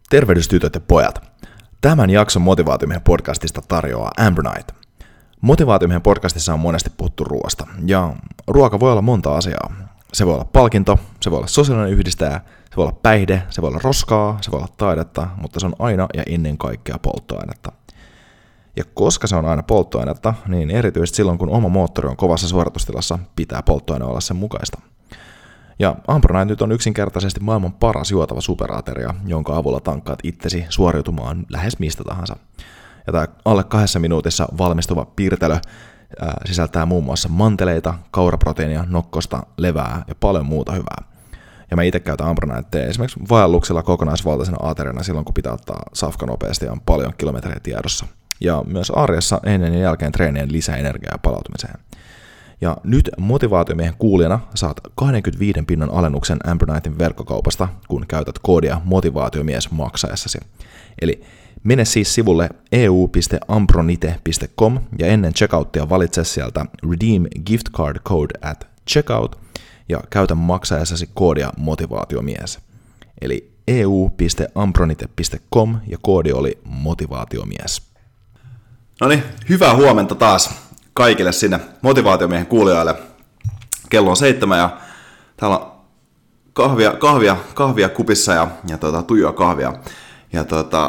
Tervehdys tytöt ja pojat. Tämän jakson Motivaatiomiehen podcastista tarjoaa Amber Knight. Motivaatiomiehen podcastissa on monesti puhuttu ruoasta, ja ruoka voi olla monta asiaa. Se voi olla palkinto, se voi olla sosiaalinen yhdistäjä, se voi olla päihde, se voi olla roskaa, se voi olla taidetta, mutta se on aina ja ennen kaikkea polttoainetta. Ja koska se on aina polttoainetta, niin erityisesti silloin kun oma moottori on kovassa suoritustilassa, pitää polttoaine olla sen mukaista. Ja Amber Knight nyt on yksinkertaisesti maailman paras juotava superaateria, jonka avulla tankkaat itsesi suoriutumaan lähes mistä tahansa. Ja tämä alle 2 minuutissa valmistuva piirtelö sisältää muun muassa manteleita, kauraproteiinia, nokkosta, levää ja paljon muuta hyvää. Ja mä itse käytän Amber Knightia esimerkiksi vaelluksella kokonaisvaltaisena aateriana silloin, kun pitää ottaa safka nopeasti ja on paljon kilometrejä tiedossa. Ja myös arjessa ennen ja jälkeen treenien lisäenergiaa palautumiseen. Ja nyt Motivaatiomiehen kuulijana saat 25 pinnan alennuksen Amber Knightin verkkokaupasta, kun käytät koodia motivaatiomies maksaessasi. Eli mene siis sivulle eu.ambronite.com ja ennen checkouttia valitse sieltä Redeem Gift Card Code at checkout ja käytä maksaessasi koodia motivaatiomies. Eli eu.ambronite.com ja koodi oli motivaatiomies. Noniin, hyvää huomenta taas kaikille sinne Motivaatiomiehen kuulijoille. Kello on 7 ja täällä on kahvia kupissa ja tuijua kahvia. Ja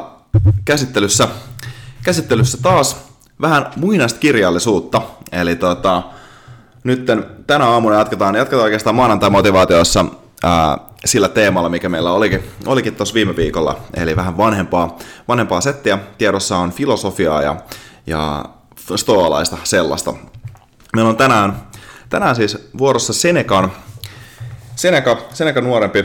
käsittelyssä taas vähän muinaista kirjallisuutta. Eli nyt tänä aamuna jatketaan oikeastaan maanantai-motivaatiossa sillä teemalla, mikä meillä olikin tuossa viime viikolla. Eli vähän vanhempaa settiä. Tiedossa on filosofiaa ja stoalaista sellaista. Meillä on tänään siis vuorossa Seneca nuorempi,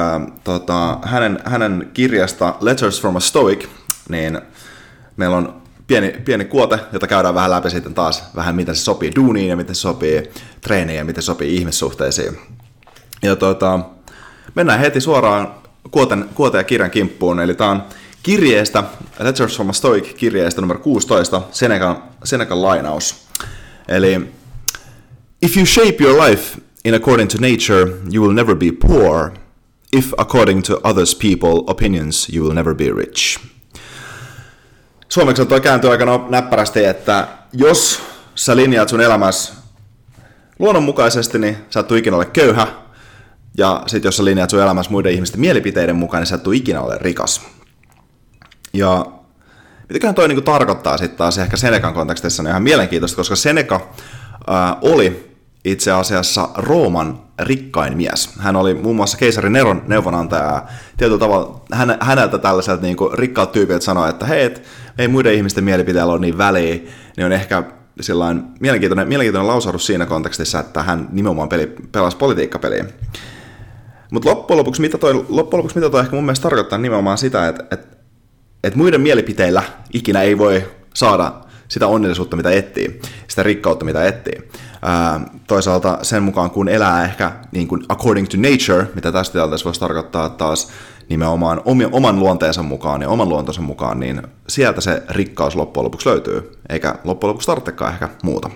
hänen kirjasta Letters from a Stoic, niin meillä on pieni kuote, jota käydään vähän läpi sitten taas vähän, miten se sopii duuniin ja miten se sopii treeniin ja miten se sopii ihmissuhteisiin. Ja mennään heti suoraan kuote ja kirjan kimppuun, eli tämä on kirjeestä, Letters from a Stoic kirjeestä numero 16, Senecan lainaus. Eli if you shape your life in according to nature, you will never be poor. If according to others people opinions, you will never be rich. Suomeksi toi kääntyy aika näppärästi, että jos sä linjaat sun elämässä luonnonmukaisesti, niin sä et tule ikinä ole köyhä. Ja sit jos sä linjaat sun elämässä muiden ihmisten mielipiteiden mukaan, niin sä et tule ikinä ole rikas. Ja mitäköhän toi niinku tarkoittaa sitten taas ehkä Senecan kontekstissa on ihan mielenkiintoista, koska Seneca oli itse asiassa Rooman rikkain mies. Hän oli muun muassa keisari Neron neuvonantaja ja tietyllä tavalla häneltä tällaiselta niinku rikkaat tyypit sanoi, että hei, ei muiden ihmisten mielipiteillä ole niin väliä, niin on ehkä sellainen mielenkiintoinen lausahdus siinä kontekstissa, että hän nimenomaan pelasi politiikkapeliä. Mutta loppujen lopuksi mitä toi ehkä mun mielestä tarkoittaa nimenomaan sitä, että muiden mielipiteillä ikinä ei voi saada sitä onnellisuutta, mitä etsii, sitä rikkautta, mitä etsii. Toisaalta sen mukaan, kun elää ehkä niin kuin according to nature, mitä tästä tilanteessa voisi tarkoittaa taas nimenomaan oman luonteensa mukaan ja oman luontonsa mukaan, niin sieltä se rikkaus loppujen lopuksi löytyy, eikä loppujen lopuksi tarvitsekaan ehkä muuta.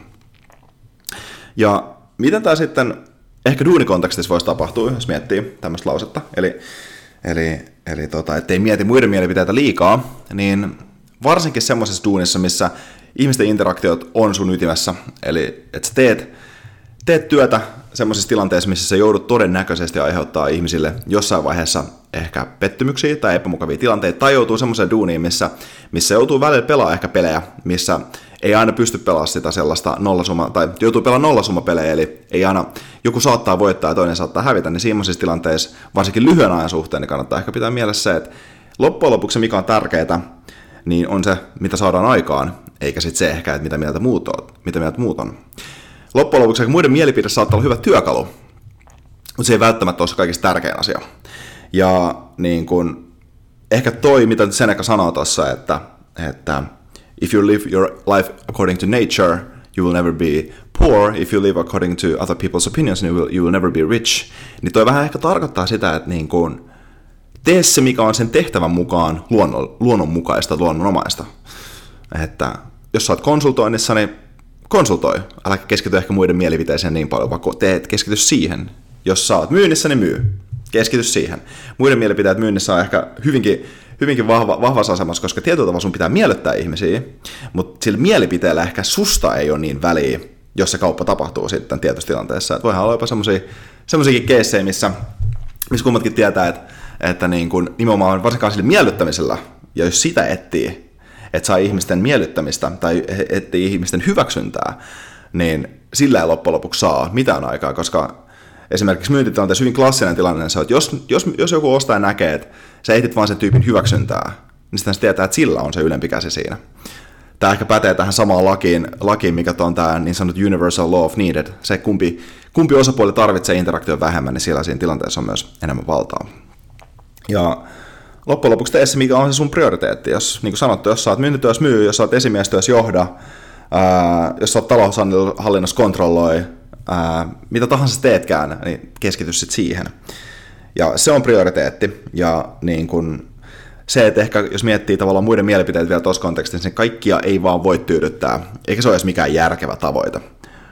Ja miten tämä sitten ehkä duunikontekstissa voisi tapahtua, jos miettii tämmöistä lausetta, eli ettei mieti muiden mielipiteitä liikaa, niin varsinkin semmoisessa duunissa, missä ihmisten interaktiot on sun ytimessä, eli että sä teet työtä semmoisissa tilanteissa, missä sä joudut todennäköisesti aiheuttaa ihmisille jossain vaiheessa ehkä pettymyksiä tai epämukavia tilanteita, tai joutuu semmoiseen duuniin, missä joutuu välillä pelaamaan ehkä pelejä, missä ei aina pysty pelaamaan sitä sellaista nollasumma, tai joutuu pelaamaan nollasummapelejä, eli ei aina, joku saattaa voittaa ja toinen saattaa hävitä, niin semmoisissa tilanteissa, varsinkin lyhyen ajan suhteen, niin kannattaa ehkä pitää mielessä se, että loppujen lopuksi se, mikä on tärkeää, niin on se, mitä saadaan aikaan, eikä sitten se ehkä, että mitä mieltä muut on. Loppujen lopuksi muiden mielipide saattaa olla hyvä työkalu, mutta se ei välttämättä ole se kaikista tärkein asia. Ja niin kun, ehkä toi, mitä Seneca sanoo tuossa, että if you live your life according to nature, you will never be poor. If you live according to other people's opinions, you will never be rich. Niin toi vähän ehkä tarkoittaa sitä, että niin kun, tee se, mikä on sen tehtävän mukaan luonnonmukaista, luonnonomaista. Että jos sä oot konsultoinnissa, niin konsultoi. Älä keskity ehkä muiden mielipiteeseen niin paljon, vaan keskity siihen. Jos sä oot myynnissä, niin myy. Keskity siihen. Muiden mielipiteet myynnissä on ehkä hyvinkin vahvassa asemassa, koska tietyllä tavalla sun pitää miellyttää ihmisiä, mutta sillä mielipiteellä ehkä susta ei ole niin väliä, jos se kauppa tapahtuu sitten tietyssä tilanteessa. Et voihan olla jopa semmoisiakin keissejä, missä kummatkin tietää, että niin kuin nimenomaan varsinkaan sille miellyttämisellä, ja jos sitä etsii, että saa ihmisten miellyttämistä tai etsii ihmisten hyväksyntää, niin sillä ei loppujen lopuksi saa mitään aikaa, koska esimerkiksi myyntitilanteessa hyvin klassinen tilanne on se, että jos joku ostaja näkee, että sä etit vaan sen tyypin hyväksyntää, niin sitten se tietää, että sillä on se ylempi käsi siinä. Tämä ehkä pätee tähän samaan lakiin, mikä on tämä niin sanottu universal law of needed. Se, kumpi osapuoli tarvitsee interaktion vähemmän, niin siellä siinä tilanteessa on myös enemmän valtaa. Ja loppujen lopuksi tee se, mikä on se sun prioriteetti. Jos, niin kuin sanottu, jos sä oot myyntityössä myy, jos sä oot esimiestyössä johda, jos sä oot taloushallinnossa kontrolloi, mitä tahansa teetkään, niin keskity sit siihen. Ja se on prioriteetti. Ja niin kun se, että ehkä jos miettii tavallaan muiden mielipiteitä vielä tuossa kontekstissa, niin kaikkia ei vaan voi tyydyttää, eikä se ole edes mikään järkevä tavoite.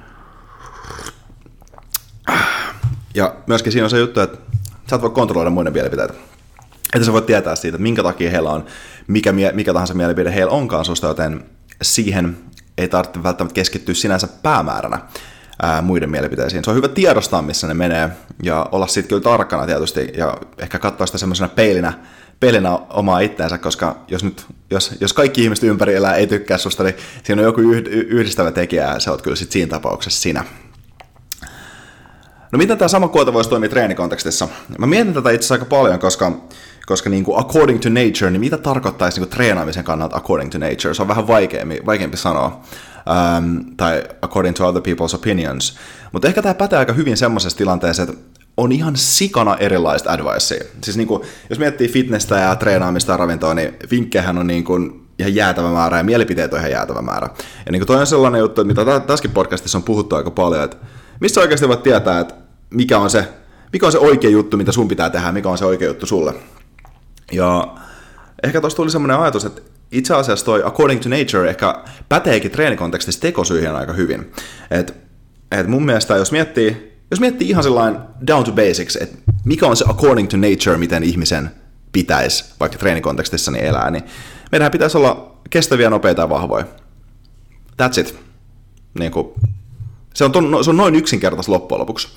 Ja myöskin siinä on se juttu, että sä et voi kontrolloida muiden mielipiteitä. Että sä voit tietää siitä, että minkä takia heillä on, mikä tahansa mielipide heillä onkaan susta, joten siihen ei tarvitse välttämättä keskittyä sinänsä päämääränä muiden mielipiteisiin. Se on hyvä tiedostaa, missä ne menee, ja olla siitä kyllä tarkkana tietysti, ja ehkä katsoa sitä semmoisena peilinä omaa itteensä, koska jos kaikki ihmiset ympärillä ei tykkää susta, niin siinä on joku yhdistävä tekijä, ja se oot kyllä sit siinä tapauksessa sinä. No miten tämä sama quote voisi toimia treenikontekstissa? Mä mietin tätä itse asiassa aika paljon, koska niin kuin according to nature, niin mitä tarkoittaisi niin kuin treenaamisen kannalta according to nature? Se on vähän vaikeampi sanoa, tai according to other people's opinions. Mutta ehkä tämä pätee aika hyvin semmoisessa tilanteessa, että on ihan sikana erilaista advicea. Siis niin kuin, jos miettii fitnessä ja treenaamista ja ravintoa, niin vinkkejähän on niin kuin ihan jäätävä määrä ja mielipiteet on ihan jäätävä määrä. Ja niin kuin toi on sellainen juttu, että mitä tässäkin podcastissa on puhuttu aika paljon, että mistä oikeasti voit tietää, että mikä on se oikea juttu, mitä sun pitää tehdä, mikä on se oikea juttu sulle. Ja ehkä tuossa tuli semmoinen ajatus, että itse asiassa toi according to nature ehkä päteekin treenikontekstissa tekosyihin aika hyvin. Et mun mielestä, jos miettii ihan sellainen down to basics, että mikä on se according to nature, miten ihmisen pitäisi vaikka treenikontekstissa niin elää, niin meidän pitäisi olla kestäviä, nopeita ja vahvoja. That's it. Niin kuin, se on noin yksinkertaista loppujen lopuksi.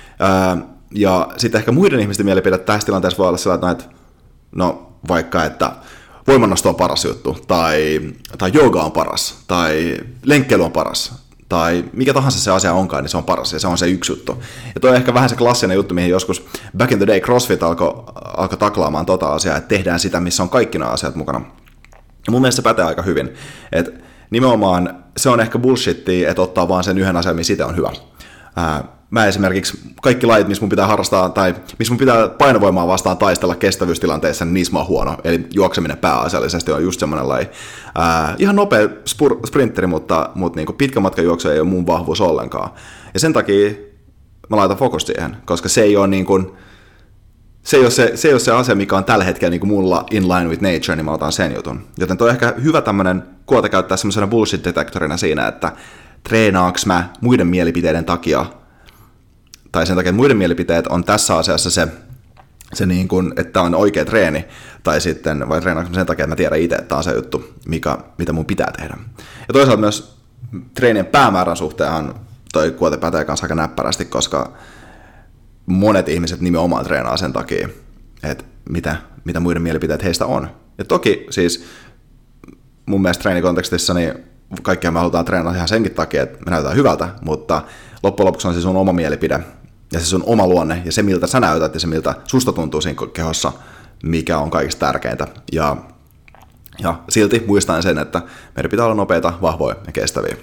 Ja sitten ehkä muiden ihmisten mielipide tässä tilanteessa voi olla sellainen, että no vaikka, että voimannosto on paras juttu, tai jooga on paras, tai lenkkeily on paras, tai mikä tahansa se asia onkaan, niin se on paras, ja se on se yksi juttu. Ja toi on ehkä vähän se klassinen juttu, mihin joskus back in the day CrossFit alkoi taklaamaan tota asiaa, että tehdään sitä, missä on kaikki nämä asiat mukana. Ja mun mielestä se pätee aika hyvin, että nimenomaan se on ehkä bullshittia, että ottaa vaan sen yhden asian, missä itse on hyvä. Mä esimerkiksi kaikki lajit, missä mun pitää harrastaa tai missä mun pitää painovoimaa vastaan taistella kestävyystilanteessa, niin niissä mä oon huono. Eli juokseminen pääasiallisesti on just semmoinen laji. Ihan nopea sprinteri, mutta niin kuin pitkä matka juoksu ei ole mun vahvuus ollenkaan. Ja sen takia mä laitan fokus siihen, koska se ei ole niin kuin, se ei ole se asia, mikä on tällä hetkellä niin kuin mulla in line with nature, niin mä otan sen jutun. Joten toi on ehkä hyvä tämmönen kuote käyttää semmoisena bullshit-detektorina siinä, että treenaaks mä muiden mielipiteiden takia, tai sen takia, että muiden mielipiteet on tässä asiassa se niin kuin, että on oikea treeni, tai sitten vai treenaanko sen takia, että mä tiedän itse, että tämä on se juttu, mitä mun pitää tehdä. Ja toisaalta myös treenien päämäärän suhteenhan toi kuote pätee kanssa aika näppärästi, koska monet ihmiset nimenomaan treenaa sen takia, että mitä muiden mielipiteet heistä on. Ja toki siis mun mielestä treenikontekstissa niin kaikkia me halutaan treenata ihan senkin takia, että me näytetään hyvältä, mutta loppujen lopuksi on se sun oma mielipide ja se sun oma luonne ja se, miltä sä näytät ja se, miltä susta tuntuu siinä kehossa, mikä on kaikista tärkeintä. Ja silti muistan sen, että meidän pitää olla nopeita, vahvoja ja kestäviä.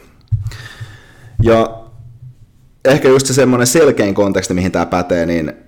Ja ehkä just se semmoinen selkein konteksti, mihin tämä pätee,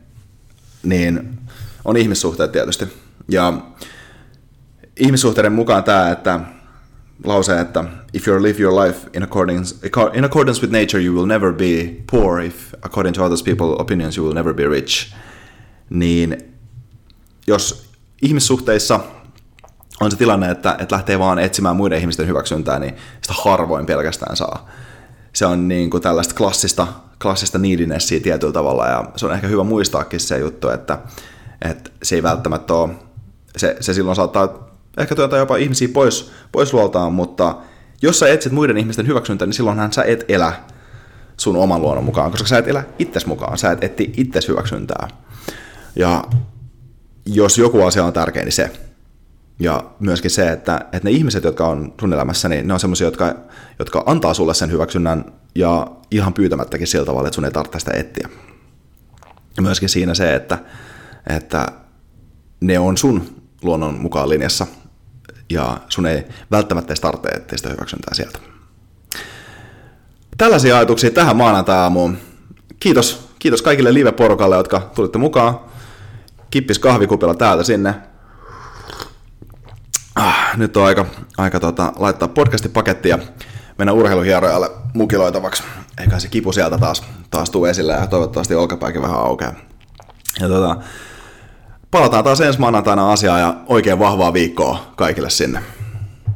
niin on ihmissuhteet tietysti. Ja ihmissuhteiden mukaan tämä, että lause, että if you live your life in accordance with nature, you will never be poor. If according to others people's opinions, you will never be rich. Niin jos ihmissuhteissa on se tilanne, että lähtee vaan etsimään muiden ihmisten hyväksyntää, niin sitä harvoin pelkästään saa. Se on niin kuin tällaista klassista needinessiä tietyllä tavalla, ja se on ehkä hyvä muistaakin se juttu, että se ei välttämättä ole, se silloin saattaa ehkä työntää jopa ihmisiä pois luoltaan, mutta jos sä etsit muiden ihmisten hyväksyntää, niin silloinhan sä et elä sun oman luonnon mukaan, koska sä et elä itses mukaan, sä et etsi itses hyväksyntää. Ja jos joku asia on tärkeä, niin se. Ja myöskin se, että ne ihmiset, jotka on sun elämässä, niin ne on semmoisia, jotka antaa sulle sen hyväksynnän ja ihan pyytämättäkin sillä tavalla, että sun ei tarvitse sitä etsiä. Ja myöskin siinä se, että ne on sun luonnon mukaan linjassa ja sun ei välttämättä edes tarvitse etsiä sitä hyväksyntää sieltä. Tällaisia ajatuksia tähän maanantai-aamuun. Kiitos kaikille live-porukalle, jotka tulitte mukaan. Kippis kahvikupilla täältä sinne. Nyt on aika laittaa podcastin pakettia ja mennä urheiluhierojalle mukiloitavaksi. Eikä se kipu sieltä taas tuu esille ja toivottavasti olkapääkin vähän aukeaa. Ja palataan taas ensi maanantaina asiaan ja oikein vahvaa viikkoa kaikille sinne.